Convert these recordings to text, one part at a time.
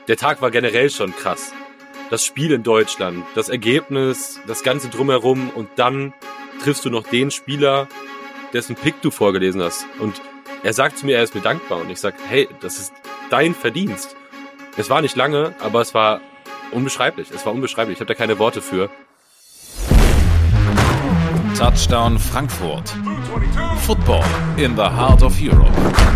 Der Tag war generell schon krass. Das Spiel in Deutschland, das Ergebnis, das Ganze drumherum und dann triffst du noch den Spieler, dessen Pick du vorgelesen hast. Und er sagt zu mir, er ist mir dankbar. Und ich sag, hey, das ist dein Verdienst. Es war nicht lange, aber es war unbeschreiblich. Ich habe da keine Worte für. Touchdown Frankfurt. Football in the heart of Europe.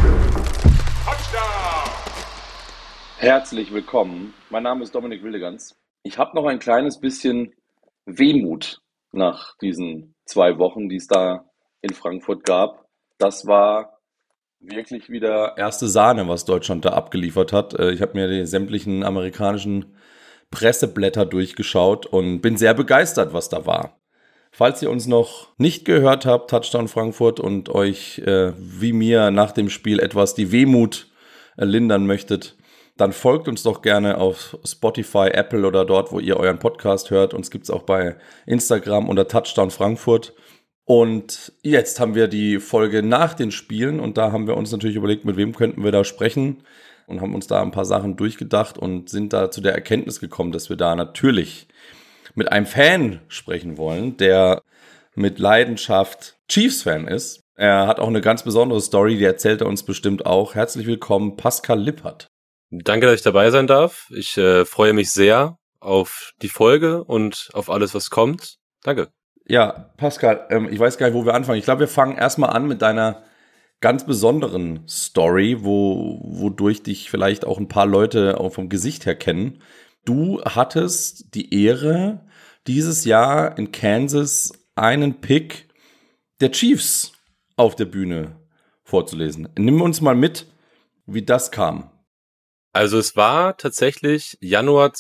Herzlich willkommen. Mein Name ist Dominik Wildegans. Ich habe noch ein kleines bisschen Wehmut nach diesen 2 Wochen, die es da in Frankfurt gab. Das war wirklich wieder erste Sahne, was Deutschland da abgeliefert hat. Ich habe mir die sämtlichen amerikanischen Presseblätter durchgeschaut und bin sehr begeistert, was da war. Falls ihr uns noch nicht gehört habt, Touchdown Frankfurt, und euch wie mir nach dem Spiel etwas die Wehmut lindern möchtet, dann folgt uns doch gerne auf Spotify, Apple oder dort, wo ihr euren Podcast hört. Uns gibt's auch bei Instagram unter Touchdown Frankfurt. Und jetzt haben wir die Folge nach den Spielen und da haben wir uns natürlich überlegt, mit wem könnten wir da sprechen und haben uns da ein paar Sachen durchgedacht und sind da zu der Erkenntnis gekommen, dass wir da natürlich mit einem Fan sprechen wollen, der mit Leidenschaft Chiefs-Fan ist. Er hat auch eine ganz besondere Story, die erzählt er uns bestimmt auch. Herzlich willkommen, Pascal Lippert. Danke, dass ich dabei sein darf. Ich freue mich sehr auf die Folge und auf alles, was kommt. Danke. Ja, Pascal, ich weiß gar nicht, wo wir anfangen. Ich glaube, wir fangen erstmal an mit deiner ganz besonderen Story, wodurch dich vielleicht auch ein paar Leute auch vom Gesicht her kennen. Du hattest die Ehre, dieses Jahr in Kansas einen Pick der Chiefs auf der Bühne vorzulesen. Nimm uns mal mit, wie das kam. Also es war tatsächlich Januar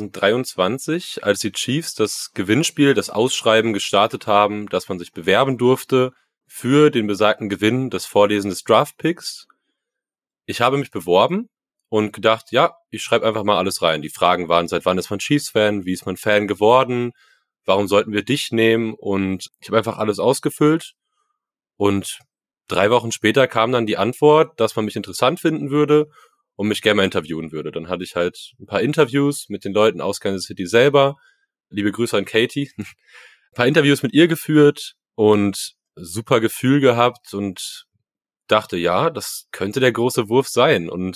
2023, als die Chiefs das Gewinnspiel, das Ausschreiben gestartet haben, dass man sich bewerben durfte für den besagten Gewinn des Vorlesen des Draft-Picks. Ich habe mich beworben und gedacht, ja, ich schreibe einfach mal alles rein. Die Fragen waren, seit wann ist man Chiefs-Fan, wie ist man Fan geworden, warum sollten wir dich nehmen? Und ich habe einfach alles ausgefüllt und 3 Wochen später kam dann die Antwort, dass man mich interessant finden würde und mich gerne mal interviewen würde. Dann hatte ich halt ein paar Interviews mit den Leuten aus Kansas City selber. Liebe Grüße an Katie. Ein paar Interviews mit ihr geführt und super Gefühl gehabt und dachte, ja, das könnte der große Wurf sein. Und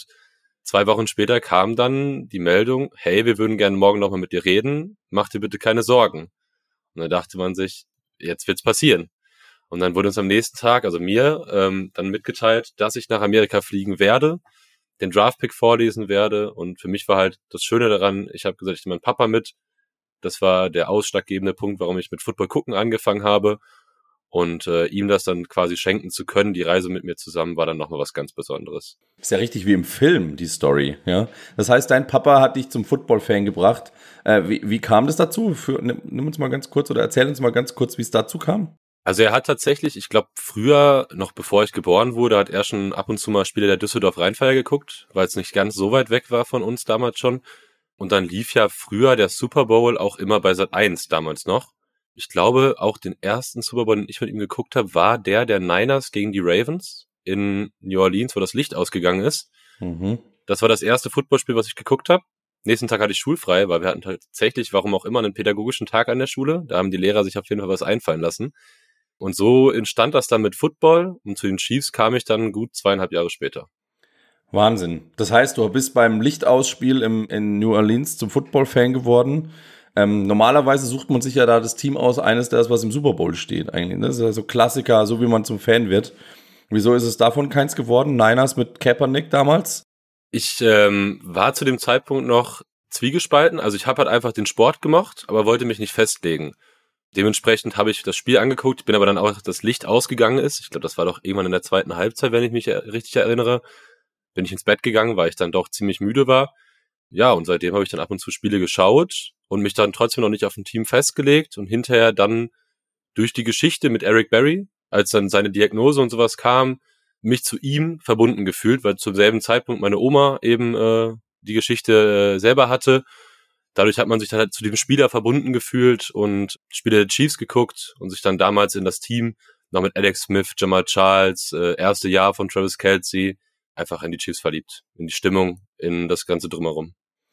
2 Wochen später kam dann die Meldung, hey, wir würden gerne morgen nochmal mit dir reden, mach dir bitte keine Sorgen. Und dann dachte man sich, jetzt wird's passieren. Und dann wurde uns am nächsten Tag, also mir, dann mitgeteilt, dass ich nach Amerika fliegen werde, den Draftpick vorlesen werde. Und für mich war halt das Schöne daran, ich habe gesagt, ich nehme meinen Papa mit. Das war der ausschlaggebende Punkt, warum ich mit Football gucken angefangen habe. Und ihm das dann quasi schenken zu können, die Reise mit mir zusammen, war dann nochmal was ganz Besonderes. Ist ja richtig wie im Film, die Story, ja. Das heißt, dein Papa hat dich zum Football-Fan gebracht. Wie kam das dazu? Nimm uns mal ganz kurz oder erzähl uns mal ganz kurz, wie es dazu kam. Also er hat tatsächlich, ich glaube früher, noch bevor ich geboren wurde, hat er schon ab und zu mal Spiele der Düsseldorf Rheinfeier geguckt, weil es nicht ganz so weit weg war von uns damals schon. Und dann lief ja früher der Super Bowl auch immer bei Sat.1 damals noch. Ich glaube, auch den ersten Super Bowl, den ich mit ihm geguckt habe, war der Niners gegen die Ravens in New Orleans, wo das Licht ausgegangen ist. Mhm. Das war das erste Footballspiel, was ich geguckt habe. Nächsten Tag hatte ich schulfrei, weil wir hatten tatsächlich, warum auch immer, einen pädagogischen Tag an der Schule. Da haben die Lehrer sich auf jeden Fall was einfallen lassen. Und so entstand das dann mit Football und zu den Chiefs kam ich dann gut 2,5 Jahre später. Wahnsinn. Das heißt, du bist beim Lichtausspiel in New Orleans zum Football-Fan geworden. Normalerweise sucht man sich ja da das Team aus, eines das, was im Super Bowl steht eigentlich. Das ist ja so Klassiker, so wie man zum Fan wird. Wieso ist es davon keins geworden? Niners mit Kaepernick damals? Ich war zu dem Zeitpunkt noch zwiegespalten. Also ich habe halt einfach den Sport gemocht, aber wollte mich nicht festlegen. Dementsprechend habe ich das Spiel angeguckt, bin aber dann auch, dass das Licht ausgegangen ist. Ich glaube, das war doch irgendwann in der zweiten Halbzeit, wenn ich mich richtig erinnere. Bin ich ins Bett gegangen, weil ich dann doch ziemlich müde war. Ja, und seitdem habe ich dann ab und zu Spiele geschaut und mich dann trotzdem noch nicht auf ein Team festgelegt und hinterher dann durch die Geschichte mit Eric Berry, als dann seine Diagnose und sowas kam, mich zu ihm verbunden gefühlt, weil zum selben Zeitpunkt meine Oma eben die Geschichte selber hatte. Dadurch hat man sich dann halt zu dem Spieler verbunden gefühlt und Spiele der Chiefs geguckt und sich dann damals in das Team noch mit Alex Smith, Jamal Charles, erste Jahr von Travis Kelce, einfach in die Chiefs verliebt, in die Stimmung, in das Ganze drumherum.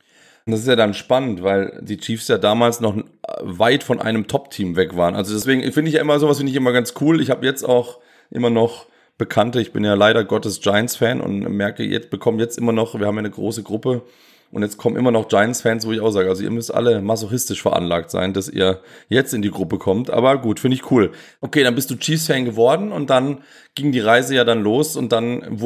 Das ist ja dann spannend, weil die Chiefs ja damals noch weit von einem Top-Team weg waren. Also deswegen finde ich ja immer sowas, finde ich immer ganz cool. Ich habe jetzt auch immer noch Bekannte, ich bin ja leider Gottes Giants-Fan und merke, bekommen jetzt immer noch, wir haben ja eine große Gruppe und jetzt kommen immer noch Giants-Fans, wo ich auch sage, also ihr müsst alle masochistisch veranlagt sein, dass ihr jetzt in die Gruppe kommt. Aber gut, finde ich cool. Okay, dann bist du Chiefs-Fan geworden und dann ging die Reise ja dann los und dann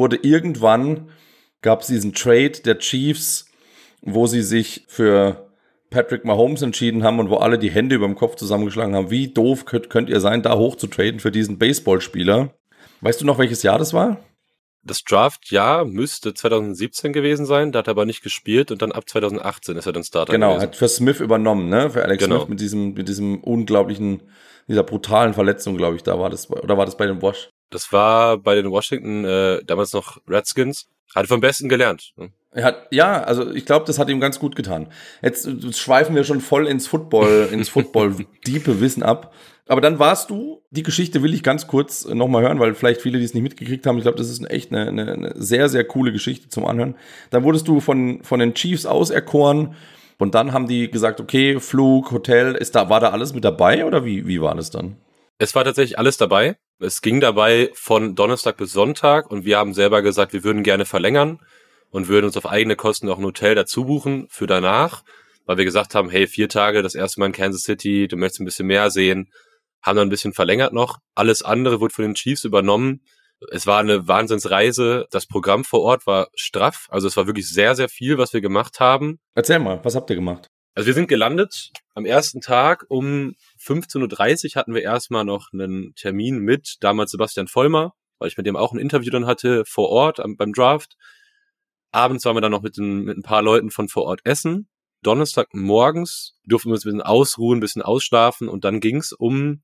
gab es diesen Trade der Chiefs, wo sie sich für Patrick Mahomes entschieden haben und wo alle die Hände über dem Kopf zusammengeschlagen haben. Wie doof könnt ihr sein, da hoch zu traden für diesen Baseballspieler? Weißt du noch, welches Jahr das war? Das Draft-Jahr müsste 2017 gewesen sein, da hat er aber nicht gespielt und dann ab 2018 ist er dann Starter gewesen. Genau, hat für Smith übernommen, ne? Für Alex Smith mit diesem unglaublichen, dieser brutalen Verletzung, glaube ich, da war das, oder war das bei den Das war bei den Washington, damals noch Redskins. Hat vom Besten gelernt. Ne? Also ich glaube, das hat ihm ganz gut getan. Jetzt schweifen wir schon voll ins Football-diepe Wissen ab. Aber dann warst du, die Geschichte will ich ganz kurz nochmal hören, weil vielleicht viele, die es nicht mitgekriegt haben, ich glaube, das ist echt eine sehr, sehr coole Geschichte zum Anhören. Dann wurdest du von den Chiefs auserkoren und dann haben die gesagt, okay, Flug, Hotel, war da alles mit dabei oder wie war das dann? Es war tatsächlich alles dabei. Es ging dabei von Donnerstag bis Sonntag und wir haben selber gesagt, wir würden gerne verlängern und würden uns auf eigene Kosten auch ein Hotel dazu buchen für danach, weil wir gesagt haben, hey, 4 Tage, das erste Mal in Kansas City, du möchtest ein bisschen mehr sehen, haben dann ein bisschen verlängert noch. Alles andere wurde von den Chiefs übernommen. Es war eine Wahnsinnsreise. Das Programm vor Ort war straff. Also es war wirklich sehr, sehr viel, was wir gemacht haben. Erzähl mal, was habt ihr gemacht? Also wir sind gelandet am ersten Tag um 15.30 Uhr hatten wir erstmal noch einen Termin mit damals Sebastian Vollmer, weil ich mit dem auch ein Interview dann hatte vor Ort beim Draft. Abends waren wir dann noch mit ein paar Leuten von vor Ort essen. Donnerstag morgens durften wir uns ein bisschen ausruhen, ein bisschen ausschlafen und dann ging's um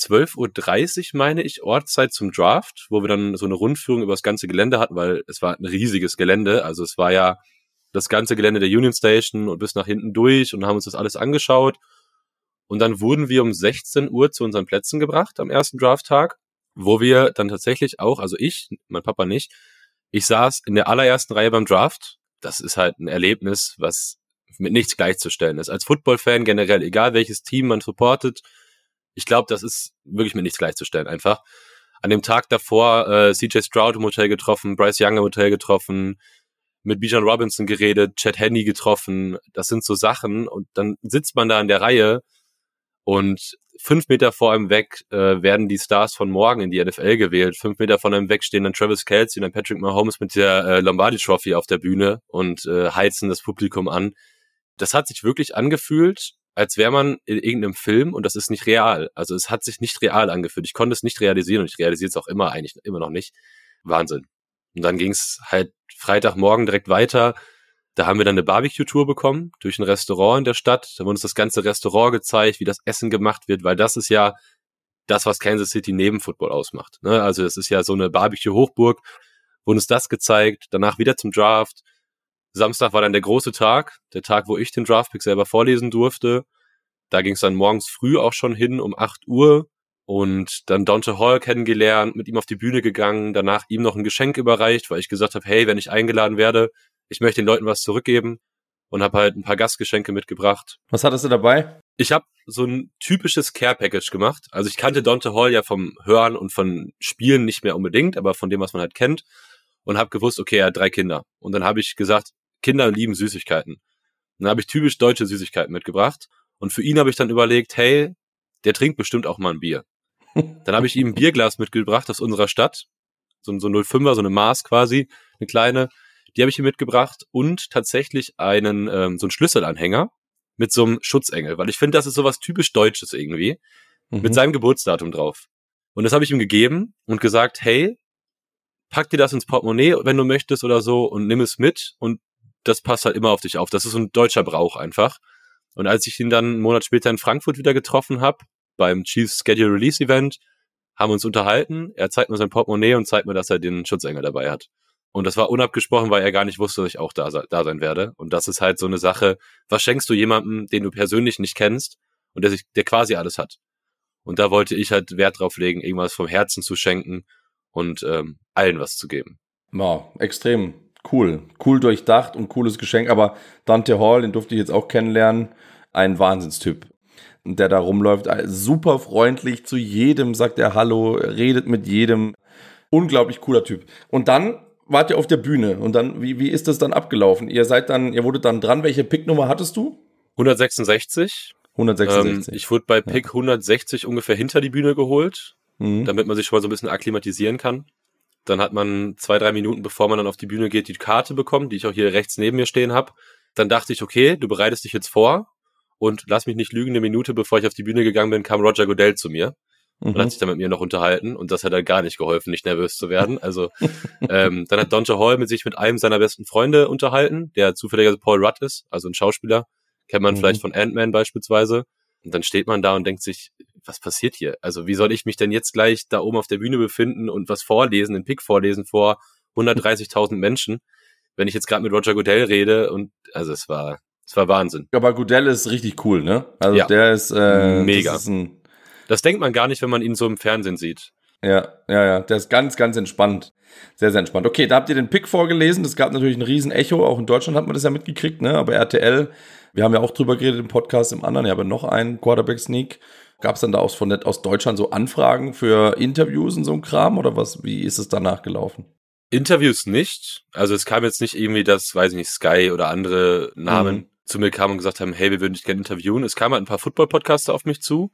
12.30 Uhr, meine ich, Ortszeit zum Draft, wo wir dann so eine Rundführung über das ganze Gelände hatten, weil es war ein riesiges Gelände. Also es war ja das ganze Gelände der Union Station und bis nach hinten durch und haben uns das alles angeschaut. Und dann wurden wir um 16 Uhr zu unseren Plätzen gebracht am ersten Drafttag, wo wir dann tatsächlich auch, also ich, mein Papa nicht, ich saß in der allerersten Reihe beim Draft. Das ist halt ein Erlebnis, was mit nichts gleichzustellen ist. Als Football-Fan generell, egal welches Team man supportet, ich glaube, das ist wirklich mit nichts gleichzustellen einfach. An dem Tag davor CJ Stroud im Hotel getroffen, Bryce Young im Hotel getroffen, mit Bijan Robinson geredet, Chad Henne getroffen. Das sind so Sachen und dann sitzt man da in der Reihe und 5 Meter vor einem weg werden die Stars von morgen in die NFL gewählt. 5 Meter von einem weg stehen dann Travis Kelce und dann Patrick Mahomes mit der Lombardi Trophy auf der Bühne und heizen das Publikum an. Das hat sich wirklich angefühlt, als wäre man in irgendeinem Film und das ist nicht real. Also es hat sich nicht real angefühlt. Ich konnte es nicht realisieren und ich realisiere es auch eigentlich immer noch nicht. Wahnsinn. Und dann ging es halt Freitagmorgen direkt weiter. Da haben wir dann eine Barbecue-Tour bekommen durch ein Restaurant in der Stadt. Da wurde uns das ganze Restaurant gezeigt, wie das Essen gemacht wird, weil das ist ja das, was Kansas City neben Football ausmacht. Ne? Also es ist ja so eine Barbecue-Hochburg. Wurde uns das gezeigt. Danach wieder zum Draft. Samstag war dann der große Tag, der Tag, wo ich den Draftpick selber vorlesen durfte. Da ging es dann morgens früh auch schon hin um 8 Uhr und dann Donta Hall kennengelernt, mit ihm auf die Bühne gegangen, danach ihm noch ein Geschenk überreicht, weil ich gesagt habe, hey, wenn ich eingeladen werde, ich möchte den Leuten was zurückgeben und habe halt ein paar Gastgeschenke mitgebracht. Was hattest du dabei? Ich habe so ein typisches Care-Package gemacht. Also ich kannte Donta Hall ja vom Hören und von Spielen nicht mehr unbedingt, aber von dem, was man halt kennt und habe gewusst, okay, er hat 3 Kinder. Und dann habe ich gesagt, Kinder lieben Süßigkeiten. Und dann habe ich typisch deutsche Süßigkeiten mitgebracht. Und für ihn habe ich dann überlegt, hey, der trinkt bestimmt auch mal ein Bier. Dann habe ich ihm ein Bierglas mitgebracht aus unserer Stadt. So 0,5er, so eine Maß quasi, eine kleine. Die habe ich ihm mitgebracht und tatsächlich so einen Schlüsselanhänger mit so einem Schutzengel. Weil ich finde, das ist sowas typisch Deutsches irgendwie. Mit seinem Geburtsdatum drauf. Und das habe ich ihm gegeben und gesagt, hey, pack dir das ins Portemonnaie, wenn du möchtest oder so und nimm es mit und das passt halt immer auf dich auf. Das ist so ein deutscher Brauch einfach. Und als ich ihn dann einen Monat später in Frankfurt wieder getroffen habe, beim Chiefs Schedule Release Event, haben wir uns unterhalten. Er zeigt mir sein Portemonnaie und zeigt mir, dass er den Schutzengel dabei hat. Und das war unabgesprochen, weil er gar nicht wusste, dass ich auch da sein werde. Und das ist halt so eine Sache, was schenkst du jemandem, den du persönlich nicht kennst und der quasi alles hat. Und da wollte ich halt Wert drauf legen, irgendwas vom Herzen zu schenken und allen was zu geben. Wow, extrem Cool durchdacht und cooles Geschenk. Aber Dante Hall, den durfte ich jetzt auch kennenlernen, ein Wahnsinnstyp, der da rumläuft. Super freundlich zu jedem, sagt er Hallo, redet mit jedem. Unglaublich cooler Typ. Und dann wart ihr auf der Bühne. Und dann, wie ist das dann abgelaufen? Ihr wurdet dann dran. Welche Picknummer hattest du? 166. 166. Ich wurde bei Pick 160 ungefähr hinter die Bühne geholt, damit man sich schon mal so ein bisschen akklimatisieren kann. Dann hat man 2-3 Minuten, bevor man dann auf die Bühne geht, die Karte bekommen, die ich auch hier rechts neben mir stehen habe. Dann dachte ich, okay, du bereitest dich jetzt vor und lass mich nicht lügen, eine Minute bevor ich auf die Bühne gegangen bin, kam Roger Goodell zu mir und hat sich dann mit mir noch unterhalten und das hat dann gar nicht geholfen, nicht nervös zu werden. Also dann hat Dante Hall sich mit einem seiner besten Freunde unterhalten, der zufälligerweise Paul Rudd ist, also ein Schauspieler, kennt man vielleicht von Ant-Man beispielsweise. Und dann steht man da und denkt sich, was passiert hier? Also wie soll ich mich denn jetzt gleich da oben auf der Bühne befinden und was vorlesen, den Pick vorlesen vor 130.000 Menschen, wenn ich jetzt gerade mit Roger Goodell rede? Und also es war Wahnsinn. Aber Goodell ist richtig cool, ne? Also ja, der ist mega. Das denkt man gar nicht, wenn man ihn so im Fernsehen sieht. Ja, der ist ganz, ganz entspannt. Sehr, sehr entspannt. Okay, da habt ihr den Pick vorgelesen. Das gab natürlich ein riesen Echo. Auch in Deutschland hat man das ja mitgekriegt, ne? Aber RTL, wir haben ja auch drüber geredet im Podcast, im anderen, ja, aber noch einen Quarterback-Sneak. Gab es dann da aus Deutschland so Anfragen für Interviews und so ein Kram? Oder was? Wie ist es danach gelaufen? Interviews nicht. Also es kam jetzt nicht irgendwie, dass, weiß ich nicht, Sky oder andere Namen zu mir kamen und gesagt haben, hey, wir würden dich gerne interviewen. Es kamen halt ein paar Football-Podcaster auf mich zu.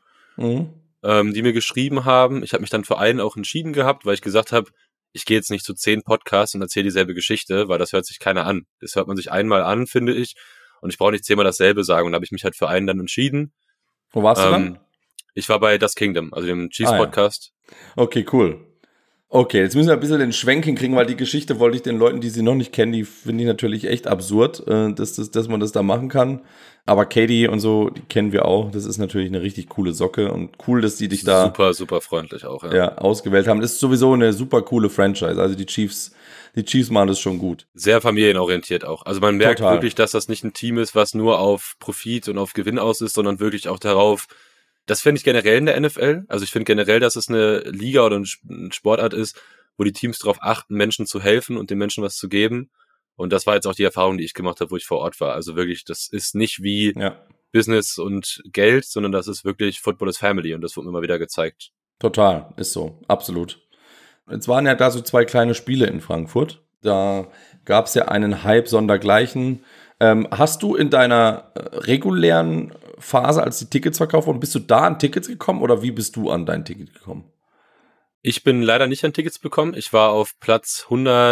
Die mir geschrieben haben. Ich habe mich dann für einen auch entschieden gehabt, weil ich gesagt habe, ich gehe jetzt nicht zu 10 Podcasts und erzähle dieselbe Geschichte, weil das hört sich keiner an. Das hört man sich einmal an, finde ich. Und ich brauche nicht 10-mal dasselbe sagen. Und da habe ich mich halt für einen dann entschieden. Wo warst du dann? Ich war bei Das Kingdom, also dem Chiefs-Podcast. Ja. Okay, cool. Okay, jetzt müssen wir ein bisschen den Schwenk hinkriegen, weil die Geschichte wollte ich den Leuten, die sie noch nicht kennen, die finde ich natürlich echt absurd, dass man das da machen kann. Aber Katie und so, die kennen wir auch. Das ist natürlich eine richtig coole Socke und cool, dass die dich da super, super freundlich auch, ja, ausgewählt haben. Das ist sowieso eine super coole Franchise. Also die Chiefs machen das schon gut. Sehr familienorientiert auch. Also man merkt Total. wirklich, dass das nicht ein Team ist, was nur auf Profit und auf Gewinn aus ist, sondern wirklich auch darauf. Das finde ich generell in der NFL. Also ich finde generell, dass es eine Liga oder eine Sportart ist, wo die Teams darauf achten, Menschen zu helfen und den Menschen was zu geben. Und das war jetzt auch die Erfahrung, die ich gemacht habe, wo ich vor Ort war. Also wirklich, das ist nicht wie Business und Geld, sondern das ist wirklich Football is Family und das wird mir immer wieder gezeigt. Total, ist so, absolut. Jetzt waren ja da so 2 kleine Spiele in Frankfurt. Da gab es ja einen Hype sondergleichen. Hast du in deiner regulären Phase, als die Tickets verkauft wurden, bist du da an Tickets gekommen oder wie bist du an dein Ticket gekommen? Ich bin leider nicht an Tickets bekommen. Ich war auf Platz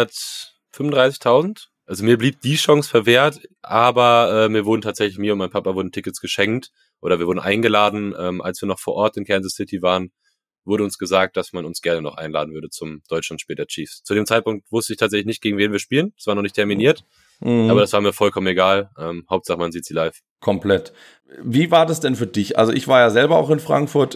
135.000. Also mir blieb die Chance verwehrt, aber mir und meinem Papa wurden Tickets geschenkt oder wir wurden eingeladen. Als wir noch vor Ort in Kansas City waren, wurde uns gesagt, dass man uns gerne noch einladen würde zum Deutschlandspiel der Chiefs. Zu dem Zeitpunkt wusste ich tatsächlich nicht, gegen wen wir spielen. Es war noch nicht terminiert, aber das war mir vollkommen egal. Hauptsache, man sieht sie live. Komplett. Wie war das denn für dich? Also ich war ja selber auch in Frankfurt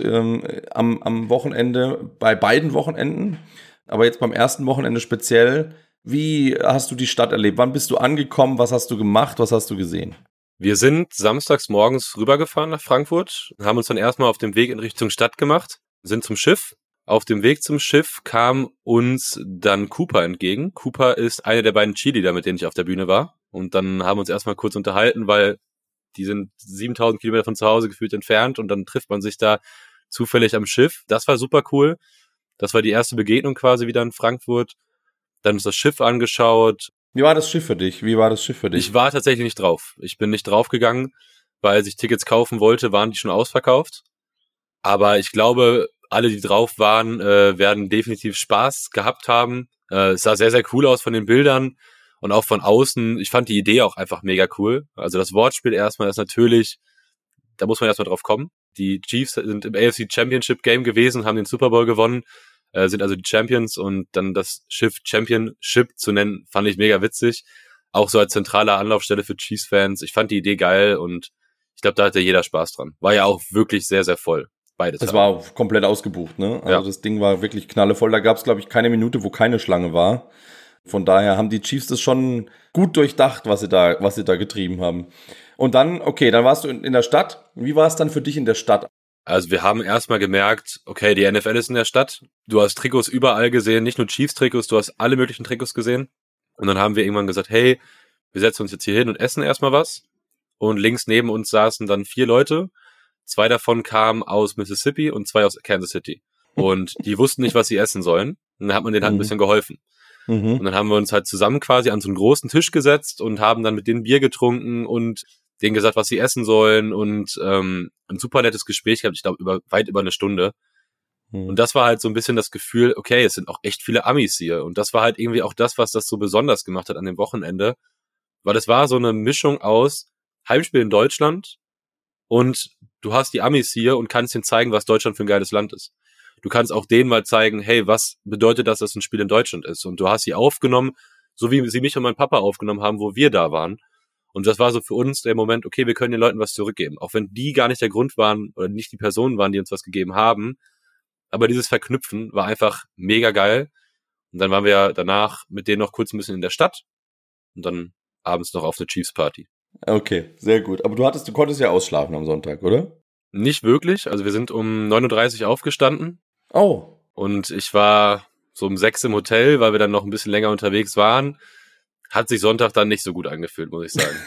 am Wochenende, bei beiden Wochenenden, aber jetzt beim ersten Wochenende speziell. Wie hast du die Stadt erlebt? Wann bist du angekommen? Was hast du gemacht? Was hast du gesehen? Wir sind samstags morgens rübergefahren nach Frankfurt, haben uns dann erstmal auf dem Weg in Richtung Stadt gemacht, sind zum Schiff. Auf dem Weg zum Schiff kam uns dann Cooper entgegen. Cooper ist einer der beiden Cheerleader, mit denen ich auf der Bühne war. Und dann haben wir uns erstmal kurz unterhalten, weil die sind 7.000 Kilometer von zu Hause gefühlt entfernt und dann trifft man sich da zufällig am Schiff. Das war super cool. Das war die erste Begegnung quasi wieder in Frankfurt. Dann uns das Schiff angeschaut. Wie war das Schiff für dich? Ich war tatsächlich nicht drauf. Ich bin nicht draufgegangen, weil als ich Tickets kaufen wollte, waren die schon ausverkauft. Aber ich glaube, alle, die drauf waren, werden definitiv Spaß gehabt haben. Es sah sehr, sehr cool aus von den Bildern und auch von außen. Ich fand die Idee auch einfach mega cool. Also das Wortspiel erstmal ist natürlich, da muss man erstmal drauf kommen. Die Chiefs sind im AFC Championship Game gewesen, haben den Super Bowl gewonnen, sind also die Champions und dann das Schiff Championship zu nennen, fand ich mega witzig. Auch so als zentrale Anlaufstelle für Chiefs-Fans. Ich fand die Idee geil und ich glaube, da hatte jeder Spaß dran. War ja auch wirklich sehr, sehr voll. Beides. Es war komplett ausgebucht, ne? Also das Ding war wirklich knallevoll. Da gab es, glaube ich, keine Minute, wo keine Schlange war. Von daher haben die Chiefs das schon gut durchdacht, was sie da getrieben haben. Und dann, okay, dann warst du in der Stadt. Wie war es dann für dich in der Stadt? Also wir haben erstmal gemerkt, okay, die NFL ist in der Stadt. Du hast Trikots überall gesehen, nicht nur Chiefs-Trikots, du hast alle möglichen Trikots gesehen. Und dann haben wir irgendwann gesagt, hey, wir setzen uns jetzt hier hin und essen erstmal was. Und links neben uns saßen dann 4 Leute. 2 davon kamen aus Mississippi und 2 aus Kansas City. Und die wussten nicht, was sie essen sollen. Und dann hat man denen halt ein bisschen geholfen. Und dann haben wir uns halt zusammen quasi an so einen großen Tisch gesetzt und haben dann mit denen Bier getrunken und denen gesagt, was sie essen sollen und ein super nettes Gespräch gehabt, ich glaube weit über eine Stunde. Und das war halt so ein bisschen das Gefühl, okay, es sind auch echt viele Amis hier. Und das war halt irgendwie auch das, was das so besonders gemacht hat an dem Wochenende. Weil es war so eine Mischung aus Heimspiel in Deutschland und du hast die Amis hier und kannst ihnen zeigen, was Deutschland für ein geiles Land ist. Du kannst auch denen mal zeigen, hey, was bedeutet das, dass ein Spiel in Deutschland ist? Und du hast sie aufgenommen, so wie sie mich und meinen Papa aufgenommen haben, wo wir da waren. Und das war so für uns der Moment, okay, wir können den Leuten was zurückgeben. Auch wenn die gar nicht der Grund waren oder nicht die Personen waren, die uns was gegeben haben. Aber dieses Verknüpfen war einfach mega geil. Und dann waren wir ja danach mit denen noch kurz ein bisschen in der Stadt und dann abends noch auf eine Chiefs-Party. Okay, sehr gut. Aber du konntest ja ausschlafen am Sonntag, oder? Nicht wirklich. Also wir sind um 9:30 Uhr aufgestanden. Oh. Und ich war so um 6 im Hotel, weil wir dann noch ein bisschen länger unterwegs waren. Hat sich Sonntag dann nicht so gut angefühlt, muss ich sagen.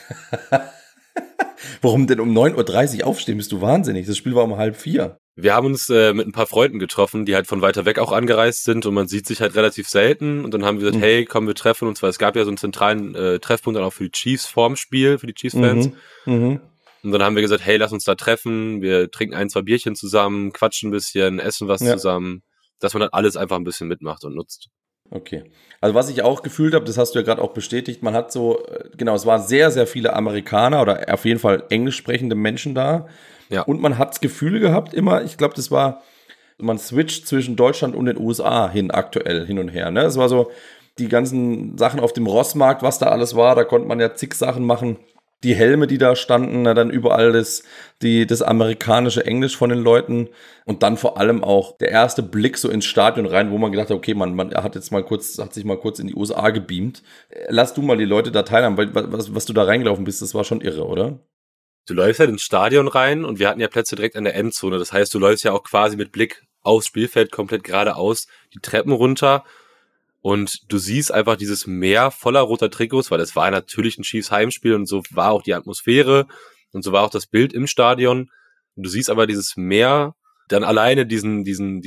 Warum denn um 9:30 Uhr aufstehen? Bist du wahnsinnig? Das Spiel war um 3:30. Wir haben uns mit ein paar Freunden getroffen, die halt von weiter weg auch angereist sind und man sieht sich halt relativ selten. Und dann haben wir gesagt, hey, komm, wir treffen uns, weil es gab ja so einen zentralen Treffpunkt dann auch für die Chiefs vorm Spiel, für die Chiefs-Fans. Und dann haben wir gesagt, hey, lass uns da treffen, wir trinken 1, 2 Bierchen zusammen, quatschen ein bisschen, essen was zusammen, dass man dann alles einfach ein bisschen mitmacht und nutzt. Okay. Also was ich auch gefühlt habe, das hast du ja gerade auch bestätigt, man hat so, genau, es waren sehr, sehr viele Amerikaner oder auf jeden Fall englisch sprechende Menschen da. Ja. Und man hat das Gefühl gehabt immer, ich glaube, das war, man switcht zwischen Deutschland und den USA aktuell hin und her. Ne? Es war so, die ganzen Sachen auf dem Rossmarkt, was da alles war, da konnte man ja zig Sachen machen. Die Helme, die da standen, dann überall das amerikanische Englisch von den Leuten und dann vor allem auch der erste Blick so ins Stadion rein, wo man gedacht hat, okay, man hat sich mal kurz in die USA gebeamt. Lass du mal die Leute da teilhaben, weil was du da reingelaufen bist, das war schon irre, oder? Du läufst halt ins Stadion rein und wir hatten ja Plätze direkt an der Endzone. Das heißt, du läufst ja auch quasi mit Blick aufs Spielfeld komplett geradeaus die Treppen runter. Und du siehst einfach dieses Meer voller roter Trikots, weil es war natürlich ein Chiefs Heimspiel und so war auch die Atmosphäre und so war auch das Bild im Stadion. Und du siehst aber dieses Meer, dann alleine diesen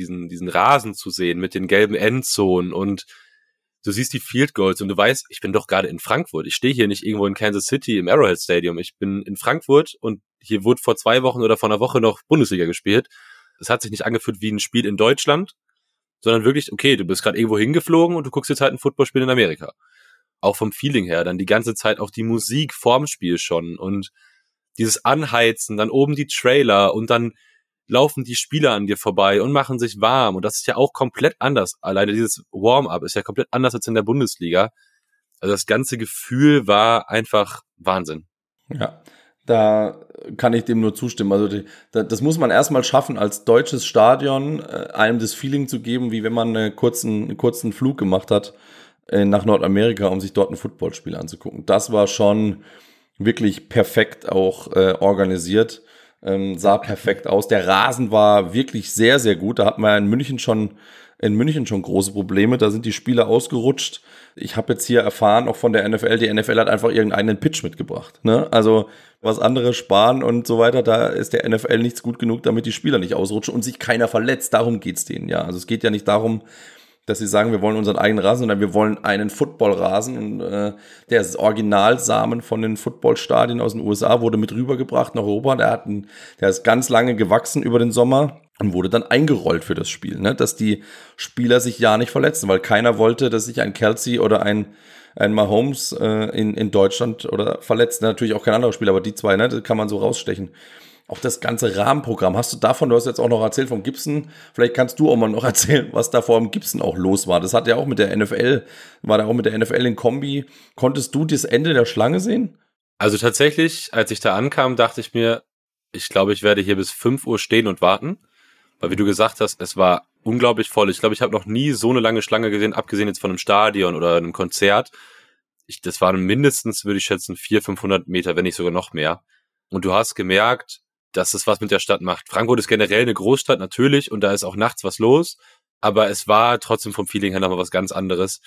Rasen zu sehen mit den gelben Endzonen und du siehst die Field Goals und du weißt, ich bin doch gerade in Frankfurt. Ich stehe hier nicht irgendwo in Kansas City im Arrowhead Stadium. Ich bin in Frankfurt und hier wurde vor 2 Wochen oder vor einer Woche noch Bundesliga gespielt. Es hat sich nicht angefühlt wie ein Spiel in Deutschland, sondern wirklich, okay, du bist gerade irgendwo hingeflogen und du guckst jetzt halt ein Footballspiel in Amerika. Auch vom Feeling her, dann die ganze Zeit auch die Musik vorm Spiel schon und dieses Anheizen, dann oben die Trailer und dann laufen die Spieler an dir vorbei und machen sich warm und das ist ja auch komplett anders. Alleine dieses Warm-up ist ja komplett anders als in der Bundesliga. Also das ganze Gefühl war einfach Wahnsinn. Ja. Da kann ich dem nur zustimmen. Also das muss man erstmal schaffen, als deutsches Stadion einem das Feeling zu geben, wie wenn man einen kurzen Flug gemacht hat nach Nordamerika, um sich dort ein Footballspiel anzugucken. Das war schon wirklich perfekt auch organisiert, sah perfekt aus. Der Rasen war wirklich sehr, sehr gut. Da hat man in München schon große Probleme. Da sind die Spieler ausgerutscht. Ich habe jetzt hier erfahren, auch von der NFL, die NFL hat einfach irgendeinen Pitch mitgebracht. Ne? Also was andere sparen und so weiter, da ist der NFL nichts gut genug, damit die Spieler nicht ausrutschen und sich keiner verletzt. Darum geht's denen ja. Also es geht ja nicht darum, dass sie sagen, wir wollen unseren eigenen Rasen, sondern wir wollen einen Footballrasen. Und der Originalsamen von den Footballstadien aus den USA wurde mit rübergebracht nach Europa. Der ist ganz lange gewachsen über den Sommer und wurde dann eingerollt für das Spiel, ne? Dass die Spieler sich ja nicht verletzen, weil keiner wollte, dass sich ein Kelsey oder ein Mahomes in Deutschland oder verletzt. Natürlich auch kein anderer Spieler, aber die zwei, ne, das kann man so rausstechen. Auch das ganze Rahmenprogramm. Du hast jetzt auch noch erzählt vom Gibson. Vielleicht kannst du auch mal noch erzählen, was da vor dem Gibson auch los war. Das hat ja auch mit der NFL, war da auch mit der NFL in Kombi. Konntest du das Ende der Schlange sehen? Also tatsächlich, als ich da ankam, dachte ich mir, ich glaube, ich werde hier bis 5 Uhr stehen und warten. Weil wie du gesagt hast, es war unglaublich voll. Ich glaube, ich habe noch nie so eine lange Schlange gesehen, abgesehen jetzt von einem Stadion oder einem Konzert. Das waren mindestens, würde ich schätzen, 400-500 Meter, wenn nicht sogar noch mehr. Und du hast gemerkt, dass es was mit der Stadt macht. Frankfurt ist generell eine Großstadt, natürlich, und da ist auch nachts was los, aber es war trotzdem vom Feeling her nochmal was ganz anderes.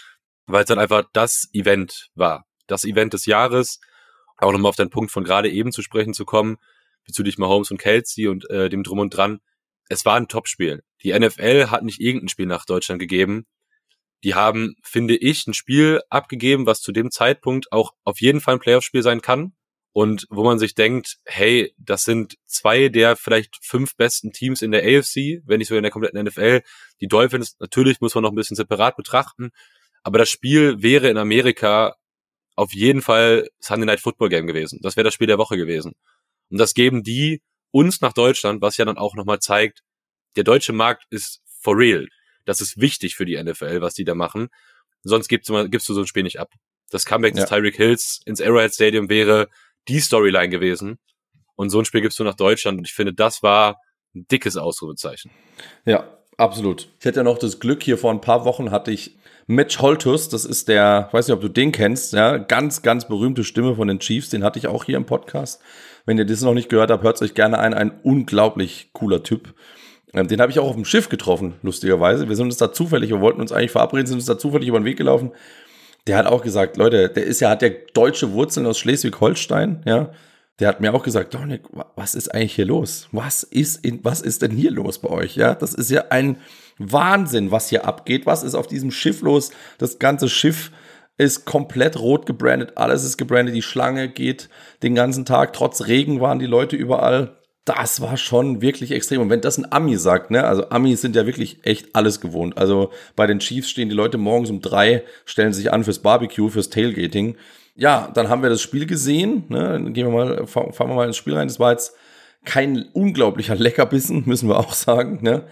weil es dann einfach das Event war. Das Event des Jahres. Auch nochmal auf deinen Punkt von gerade eben zu sprechen zu kommen, bezüglich Mahomes und Kelsey und dem Drum und Dran. Es war ein Topspiel. Die NFL hat nicht irgendein Spiel nach Deutschland gegeben. Die haben, finde ich, ein Spiel abgegeben, was zu dem Zeitpunkt auch auf jeden Fall ein Playoff-Spiel sein kann. Und wo man sich denkt, hey, das sind 2 der vielleicht 5 besten Teams in der AFC, wenn nicht so in der kompletten NFL. Die Dolphins, natürlich muss man noch ein bisschen separat betrachten. Aber das Spiel wäre in Amerika auf jeden Fall Sunday Night Football Game gewesen. Das wäre das Spiel der Woche gewesen. Und das geben die uns nach Deutschland, was ja dann auch nochmal zeigt, der deutsche Markt ist for real. Das ist wichtig für die NFL, was die da machen. Sonst gibst du so ein Spiel nicht ab. Das Comeback des Tyreek Hills ins Arrowhead Stadium wäre die Storyline gewesen. Und so ein Spiel gibst du nach Deutschland. Und ich finde, das war ein dickes Ausrufezeichen. Ja, absolut. Ich hatte ja noch das Glück, hier vor ein paar Wochen hatte ich Mitch Holthus, das ist der, ich weiß nicht, ob du den kennst, ja, ganz, ganz berühmte Stimme von den Chiefs, den hatte ich auch hier im Podcast. Wenn ihr das noch nicht gehört habt, hört es euch gerne ein unglaublich cooler Typ. Den habe ich auch auf dem Schiff getroffen, lustigerweise. Wir sind uns da zufällig, wir wollten uns eigentlich verabreden, sind uns da zufällig über den Weg gelaufen. Der hat auch gesagt, Leute, hat ja deutsche Wurzeln aus Schleswig-Holstein, ja. Der hat mir auch gesagt, Dominik, was ist eigentlich hier los? Was ist denn hier los bei euch? Ja, das ist ja ein Wahnsinn, was hier abgeht. Was ist auf diesem Schiff los? Das ganze Schiff ist komplett rot gebrandet. Alles ist gebrandet. Die Schlange geht den ganzen Tag. Trotz Regen waren die Leute überall. Das war schon wirklich extrem. Und wenn das ein Ami sagt, ne, also Amis sind ja wirklich echt alles gewohnt. Also bei den Chiefs stehen die Leute morgens um 3, stellen sich an fürs Barbecue, fürs Tailgating. Ja, dann haben wir das Spiel gesehen, ne? Dann fahren wir mal ins Spiel rein. Das war jetzt kein unglaublicher Leckerbissen, müssen wir auch sagen, ne?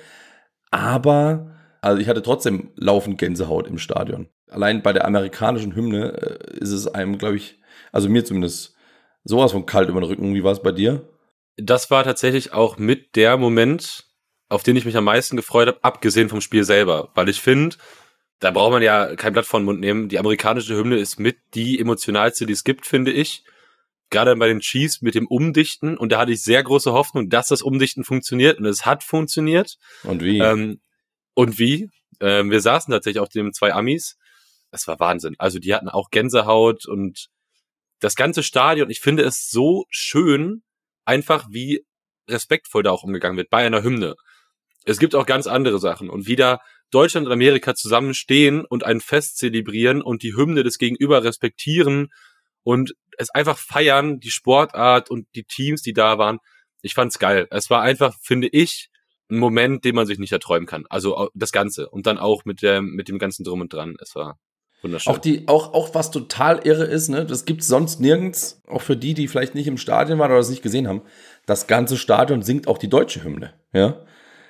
Aber, also ich hatte trotzdem laufend Gänsehaut im Stadion. Allein bei der amerikanischen Hymne ist es einem, glaube ich, also mir zumindest, sowas von kalt über den Rücken. Wie war es bei dir? Das war tatsächlich auch mit der Moment, auf den ich mich am meisten gefreut habe, abgesehen vom Spiel selber. Weil ich finde, da braucht man ja kein Blatt vor den Mund nehmen. Die amerikanische Hymne ist mit die emotionalste, die es gibt, finde ich. Gerade bei den Chiefs mit dem Umdichten. Und da hatte ich sehr große Hoffnung, dass das Umdichten funktioniert. Und es hat funktioniert. Und wie? Wir saßen tatsächlich auch neben 2 Amis. Das war Wahnsinn. Also die hatten auch Gänsehaut und das ganze Stadion. Ich finde es so schön, einfach wie respektvoll da auch umgegangen wird bei einer Hymne. Es gibt auch ganz andere Sachen. Und wie da Deutschland und Amerika zusammenstehen und ein Fest zelebrieren und die Hymne des Gegenüber respektieren und es einfach feiern, die Sportart und die Teams, die da waren. Ich fand's geil. Es war einfach, finde ich, ein Moment, den man sich nicht erträumen kann. Also das Ganze. Und dann auch mit dem ganzen Drum und Dran. Es war wunderschön. Auch was total irre ist, ne, das gibt's sonst nirgends, auch für die vielleicht nicht im Stadion waren oder es nicht gesehen haben. Das ganze Stadion singt auch die deutsche Hymne, ja.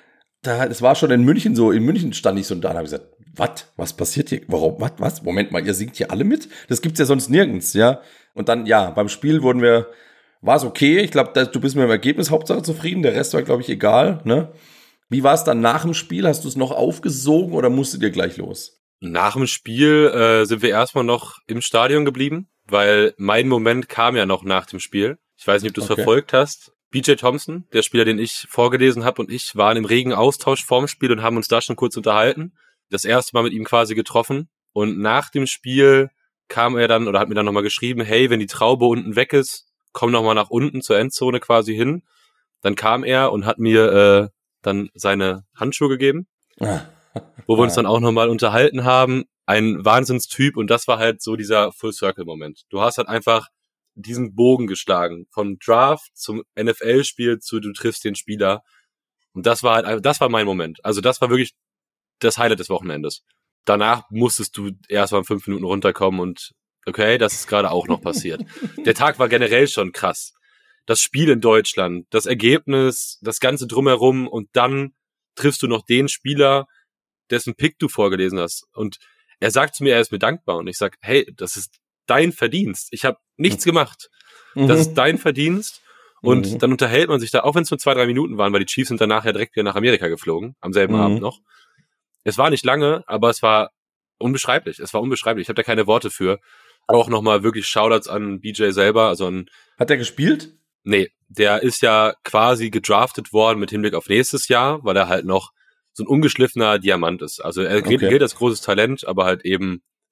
Es war schon in München so, in München stand ich so da und habe gesagt, was passiert hier? Warum, was? Moment mal, ihr singt hier alle mit? Das gibt's ja sonst nirgends, ja. Und dann, ja, beim Spiel war es okay. Ich glaube, du bist mit dem Ergebnis Hauptsache zufrieden. Der Rest war, glaube ich, egal, ne? Wie war es dann nach dem Spiel? Hast du es noch aufgesogen oder musstet ihr gleich los? Nach dem Spiel sind wir erstmal noch im Stadion geblieben, weil mein Moment kam ja noch nach dem Spiel. Ich weiß nicht, ob du es verfolgt hast. BJ Thompson, der Spieler, den ich vorgelesen habe, und ich waren im regen Austausch vorm Spiel und haben uns da schon kurz unterhalten. Das erste Mal mit ihm quasi getroffen. Und nach dem Spiel kam er dann oder hat mir dann nochmal geschrieben, hey, wenn die Traube unten weg ist, komm nochmal nach unten zur Endzone quasi hin. Dann kam er und hat mir dann seine Handschuhe gegeben, wo wir uns dann auch nochmal unterhalten haben. Ein Wahnsinnstyp, und das war halt so dieser Full-Circle-Moment. Du hast halt einfach diesen Bogen geschlagen, vom Draft zum NFL-Spiel zu du triffst den Spieler. Und das war mein Moment. Also das war wirklich das Highlight des Wochenendes. Danach musstest du erst mal 5 Minuten runterkommen und okay, das ist gerade auch noch passiert. Der Tag war generell schon krass. Das Spiel in Deutschland, das Ergebnis, das Ganze drumherum, und dann triffst du noch den Spieler, dessen Pick du vorgelesen hast. Und er sagt zu mir, er ist mir dankbar. Und ich sag, hey, das ist dein Verdienst. Ich habe nichts gemacht. Das ist dein Verdienst. Und dann unterhält man sich da, auch wenn es nur 2-3 Minuten waren, weil die Chiefs sind danach ja direkt wieder nach Amerika geflogen, am selben Abend noch. Es war nicht lange, aber es war unbeschreiblich. Es war unbeschreiblich. Ich habe da keine Worte für. Auch nochmal wirklich Shoutouts an BJ selber. Hat der gespielt? Nee, der ist ja quasi gedraftet worden mit Hinblick auf nächstes Jahr, weil er halt noch so ein ungeschliffener Diamant ist. Also er gilt als großes Talent, aber halt eben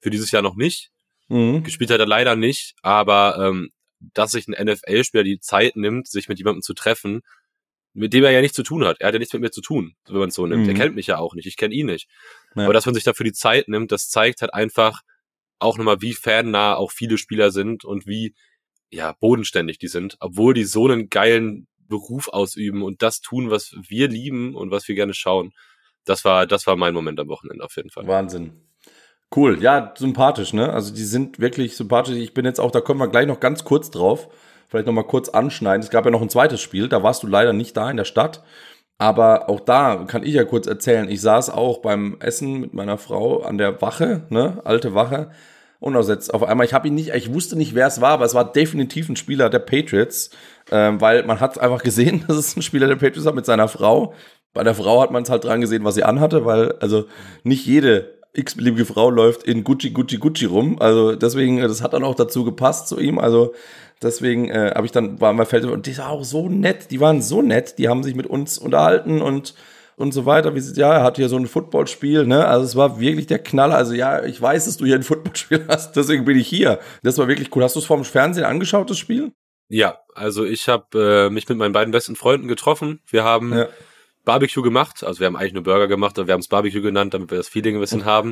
für dieses Jahr noch nicht. Gespielt hat er leider nicht, aber dass sich ein NFL-Spieler die Zeit nimmt, sich mit jemandem zu treffen, mit dem er ja nichts zu tun hat. Er hat ja nichts mit mir zu tun, wenn man es so nimmt. Er kennt mich ja auch nicht, ich kenne ihn nicht. Ja. Aber dass man sich dafür die Zeit nimmt, das zeigt halt einfach auch nochmal, wie fannah auch viele Spieler sind und wie bodenständig die sind, obwohl die so einen geilen Beruf ausüben und das tun, was wir lieben und was wir gerne schauen. Das war mein Moment am Wochenende auf jeden Fall. Wahnsinn. Cool, ja, sympathisch, ne? Also die sind wirklich sympathisch. Ich bin jetzt auch, da kommen wir gleich noch ganz kurz drauf, vielleicht noch mal kurz anschneiden. Es gab ja noch ein zweites Spiel, da warst du leider nicht da in der Stadt. Aber auch da kann ich ja kurz erzählen, ich saß auch beim Essen mit meiner Frau an der Wache, ne? Alte Wache. Und auf einmal, ich wusste nicht, wer es war, aber es war definitiv ein Spieler der Patriots, weil man hat einfach gesehen, dass es ein Spieler der Patriots war mit seiner Frau. Bei der Frau hat man es halt dran gesehen, was sie anhatte, weil also nicht jede x-beliebige Frau läuft in Gucci rum. Also deswegen, das hat dann auch dazu gepasst zu ihm. Also deswegen waren wir Feld und die waren auch so nett. Die waren so nett. Die haben sich mit uns unterhalten und so weiter. Er hat hier so ein Footballspiel, ne? Also es war wirklich der Knaller. Also ja, ich weiß, dass du hier ein Footballspiel hast, deswegen bin ich hier. Das war wirklich cool. Hast du es vom Fernsehen angeschaut, das Spiel? Ja, also ich habe mich mit meinen beiden besten Freunden getroffen. Wir haben Barbecue gemacht, also wir haben eigentlich nur Burger gemacht, aber wir haben es Barbecue genannt, damit wir das Feeling ein bisschen haben.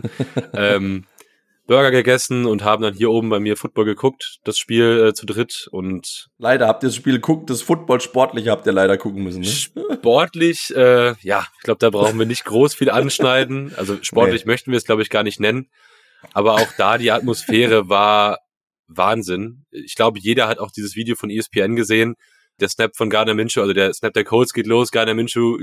Burger gegessen und haben dann hier oben bei mir Football geguckt, das Spiel zu dritt und leider habt ihr das Spiel geguckt, das Football sportliche habt ihr leider gucken müssen, ne? Sportlich, ich glaube, da brauchen wir nicht groß viel anschneiden, also sportlich möchten wir es, glaube ich, gar nicht nennen, aber auch da die Atmosphäre war Wahnsinn. Ich glaube, jeder hat auch dieses Video von ESPN gesehen, der Snap von Gardner Minshew, also der Snap der Colts geht los, Gardner Minshew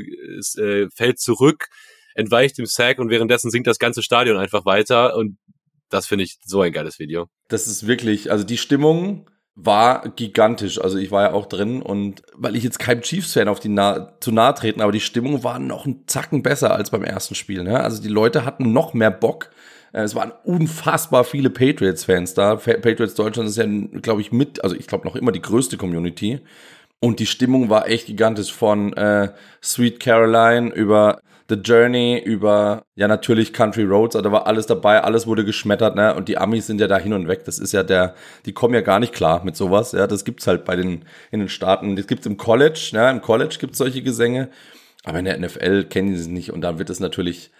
fällt zurück, entweicht dem Sack und währenddessen singt das ganze Stadion einfach weiter und das finde ich so ein geiles Video. Das ist wirklich, also die Stimmung war gigantisch, also ich war ja auch drin und weil ich jetzt keinem Chiefs-Fan auf die zu nahe treten, aber die Stimmung war noch einen Zacken besser als beim ersten Spiel, ne? Also die Leute hatten noch mehr Bock. Es waren unfassbar viele Patriots-Fans da. Patriots Deutschland ist ja, glaube ich, noch immer die größte Community. Und die Stimmung war echt gigantisch von Sweet Caroline über The Journey, über natürlich Country Roads, also da war alles dabei, alles wurde geschmettert, ne? Und die Amis sind ja da hin und weg. Das ist ja die kommen ja gar nicht klar mit sowas. Ja, das gibt's halt in den Staaten. Das gibt's im College, ne? Im College gibt's solche Gesänge, aber in der NFL kennen die es nicht und dann wird es natürlich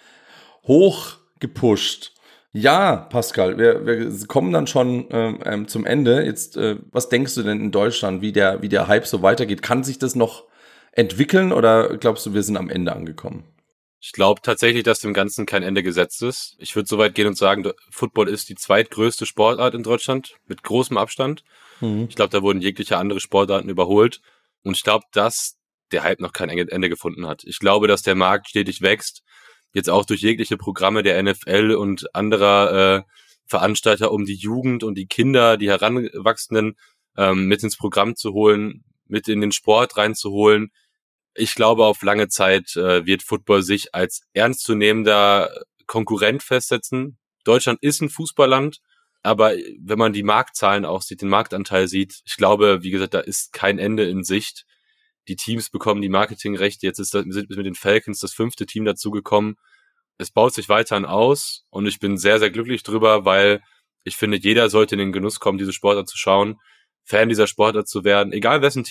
hoch gepusht. Ja, Pascal, wir kommen dann schon zum Ende. Jetzt, was denkst du denn in Deutschland, wie der Hype so weitergeht? Kann sich das noch entwickeln oder glaubst du, wir sind am Ende angekommen? Ich glaube tatsächlich, dass dem Ganzen kein Ende gesetzt ist. Ich würde so weit gehen und sagen, Football ist die zweitgrößte Sportart in Deutschland mit großem Abstand. Ich glaube, da wurden jegliche andere Sportarten überholt. Und ich glaube, dass der Hype noch kein Ende gefunden hat. Ich glaube, dass der Markt stetig wächst. Jetzt auch durch jegliche Programme der NFL und anderer Veranstalter, um die Jugend und die Kinder, die Heranwachsenden mit ins Programm zu holen, mit in den Sport reinzuholen. Ich glaube, auf lange Zeit wird Football sich als ernstzunehmender Konkurrent festsetzen. Deutschland ist ein Fußballland, aber wenn man die Marktzahlen auch sieht, den Marktanteil sieht, ich glaube, wie gesagt, da ist kein Ende in Sicht. Die Teams bekommen die Marketingrechte. Jetzt sind mit den Falcons das 5. Team dazugekommen. Es baut sich weiterhin aus und ich bin sehr, sehr glücklich drüber, weil ich finde, jeder sollte in den Genuss kommen, diese Sportart zu schauen, Fan dieser Sportart zu werden. Egal welches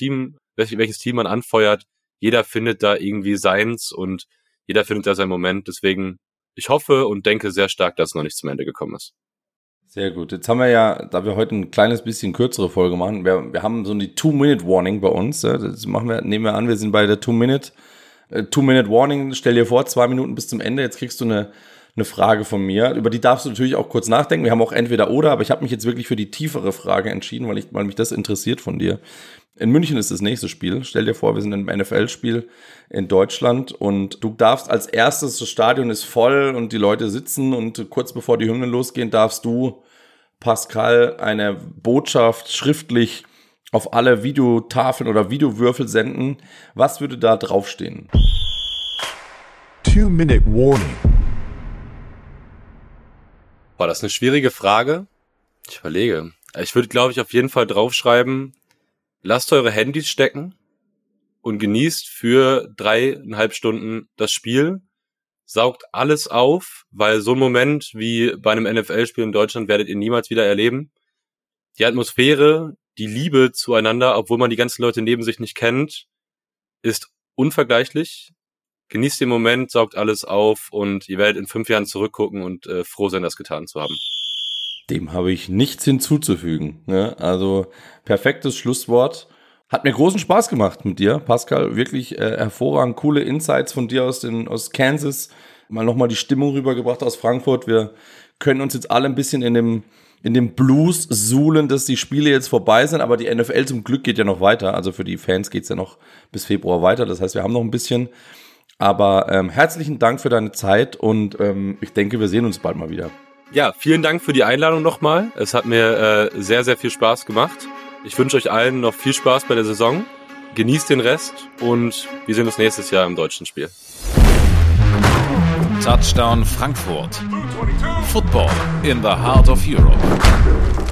Team man anfeuert, jeder findet da irgendwie seins und jeder findet da seinen Moment. Deswegen, ich hoffe und denke sehr stark, dass es noch nicht zum Ende gekommen ist. Sehr gut. Jetzt haben wir ja, da wir heute ein kleines bisschen kürzere Folge machen, wir haben so die 2-Minute-Warning bei uns. Das nehmen wir an, wir sind bei der 2-Minute-Warning. Stell dir vor, 2 Minuten bis zum Ende. Jetzt kriegst du eine Frage von mir. Über die darfst du natürlich auch kurz nachdenken. Wir haben auch entweder oder, aber ich habe mich jetzt wirklich für die tiefere Frage entschieden, weil mich das interessiert von dir. In München ist das nächste Spiel. Stell dir vor, wir sind im NFL-Spiel in Deutschland und du darfst als erstes, das Stadion ist voll und die Leute sitzen und kurz bevor die Hymnen losgehen, darfst du, Pascal, eine Botschaft schriftlich auf alle Videotafeln oder Videowürfel senden. Was würde da draufstehen? 2-Minute Warning. Boah, das ist eine schwierige Frage. Ich überlege. Ich würde, glaube ich, auf jeden Fall draufschreiben, lasst eure Handys stecken und genießt für 3,5 Stunden das Spiel. saugt alles auf, weil so ein Moment wie bei einem NFL-Spiel in Deutschland werdet ihr niemals wieder erleben. Die Atmosphäre, die Liebe zueinander, obwohl man die ganzen Leute neben sich nicht kennt, ist unvergleichlich. Genießt den Moment, saugt alles auf und ihr werdet in 5 Jahren zurückgucken und froh sein, das getan zu haben. Dem habe ich nichts hinzuzufügen. Ne? Also perfektes Schlusswort. Hat mir großen Spaß gemacht mit dir, Pascal. Wirklich hervorragend, coole Insights von dir aus Kansas. Mal nochmal die Stimmung rübergebracht aus Frankfurt. Wir können uns jetzt alle ein bisschen in dem Blues suhlen, dass die Spiele jetzt vorbei sind. Aber die NFL zum Glück geht ja noch weiter. Also für die Fans geht's ja noch bis Februar weiter. Das heißt, wir haben noch ein bisschen. Aber herzlichen Dank für deine Zeit und ich denke, wir sehen uns bald mal wieder. Ja, vielen Dank für die Einladung nochmal. Es hat mir sehr, sehr viel Spaß gemacht. Ich wünsche euch allen noch viel Spaß bei der Saison. Genießt den Rest und wir sehen uns nächstes Jahr im deutschen Spiel. Touchdown Frankfurt. Football in the heart of Europe.